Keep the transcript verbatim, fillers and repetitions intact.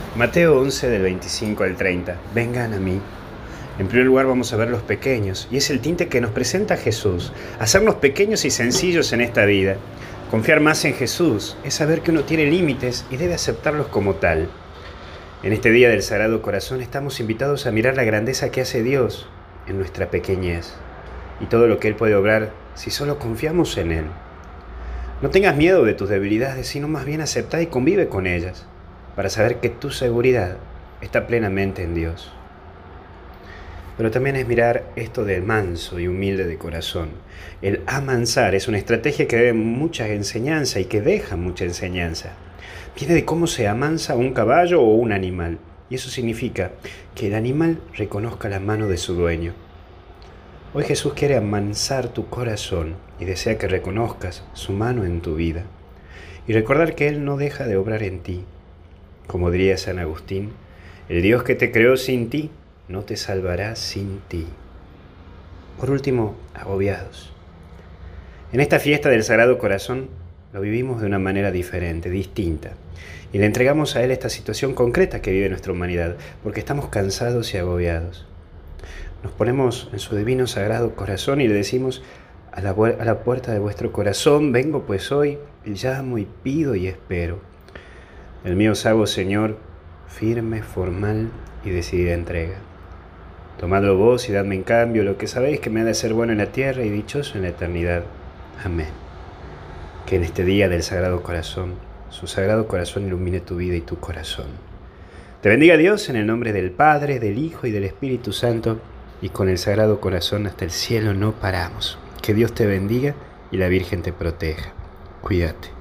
Mateo once del veinticinco al treinta. Vengan a mí. En primer lugar vamos a ver los pequeños, y es el tinte que nos presenta Jesús. Hacernos pequeños y sencillos en esta vida. Confiar más en Jesús es saber que uno tiene límites y debe aceptarlos como tal. En este día del Sagrado Corazón estamos invitados a mirar la grandeza que hace Dios en nuestra pequeñez y todo lo que Él puede obrar si solo confiamos en Él. No tengas miedo de tus debilidades, sino más bien acepta y convive con ellas, para saber que tu seguridad está plenamente en Dios. Pero también es mirar esto del manso y humilde de corazón. El amansar es una estrategia que debe mucha enseñanza y que deja mucha enseñanza. Viene de cómo se amansa un caballo o un animal, y eso significa que el animal reconozca la mano de su dueño. Hoy Jesús quiere amansar tu corazón y desea que reconozcas su mano en tu vida y recordar que Él no deja de obrar en ti. Como diría San Agustín, el Dios que te creó sin ti no te salvará sin ti. Por último, agobiados. En esta fiesta del Sagrado Corazón lo vivimos de una manera diferente, distinta, y le entregamos a Él esta situación concreta que vive nuestra humanidad, porque estamos cansados y agobiados. Nos ponemos en su divino Sagrado Corazón y le decimos: a la, a la puerta de vuestro corazón vengo pues hoy, y llamo y pido y espero. El mío os hago, Señor, firme, formal y decidida entrega. Tomadlo vos y dadme en cambio lo que sabéis que me ha de ser bueno en la tierra y dichoso en la eternidad. Amén. Que en este día del Sagrado Corazón, su Sagrado Corazón ilumine tu vida y tu corazón. Te bendiga Dios en el nombre del Padre, del Hijo y del Espíritu Santo, y con el Sagrado Corazón hasta el cielo no paramos. Que Dios te bendiga y la Virgen te proteja. Cuídate.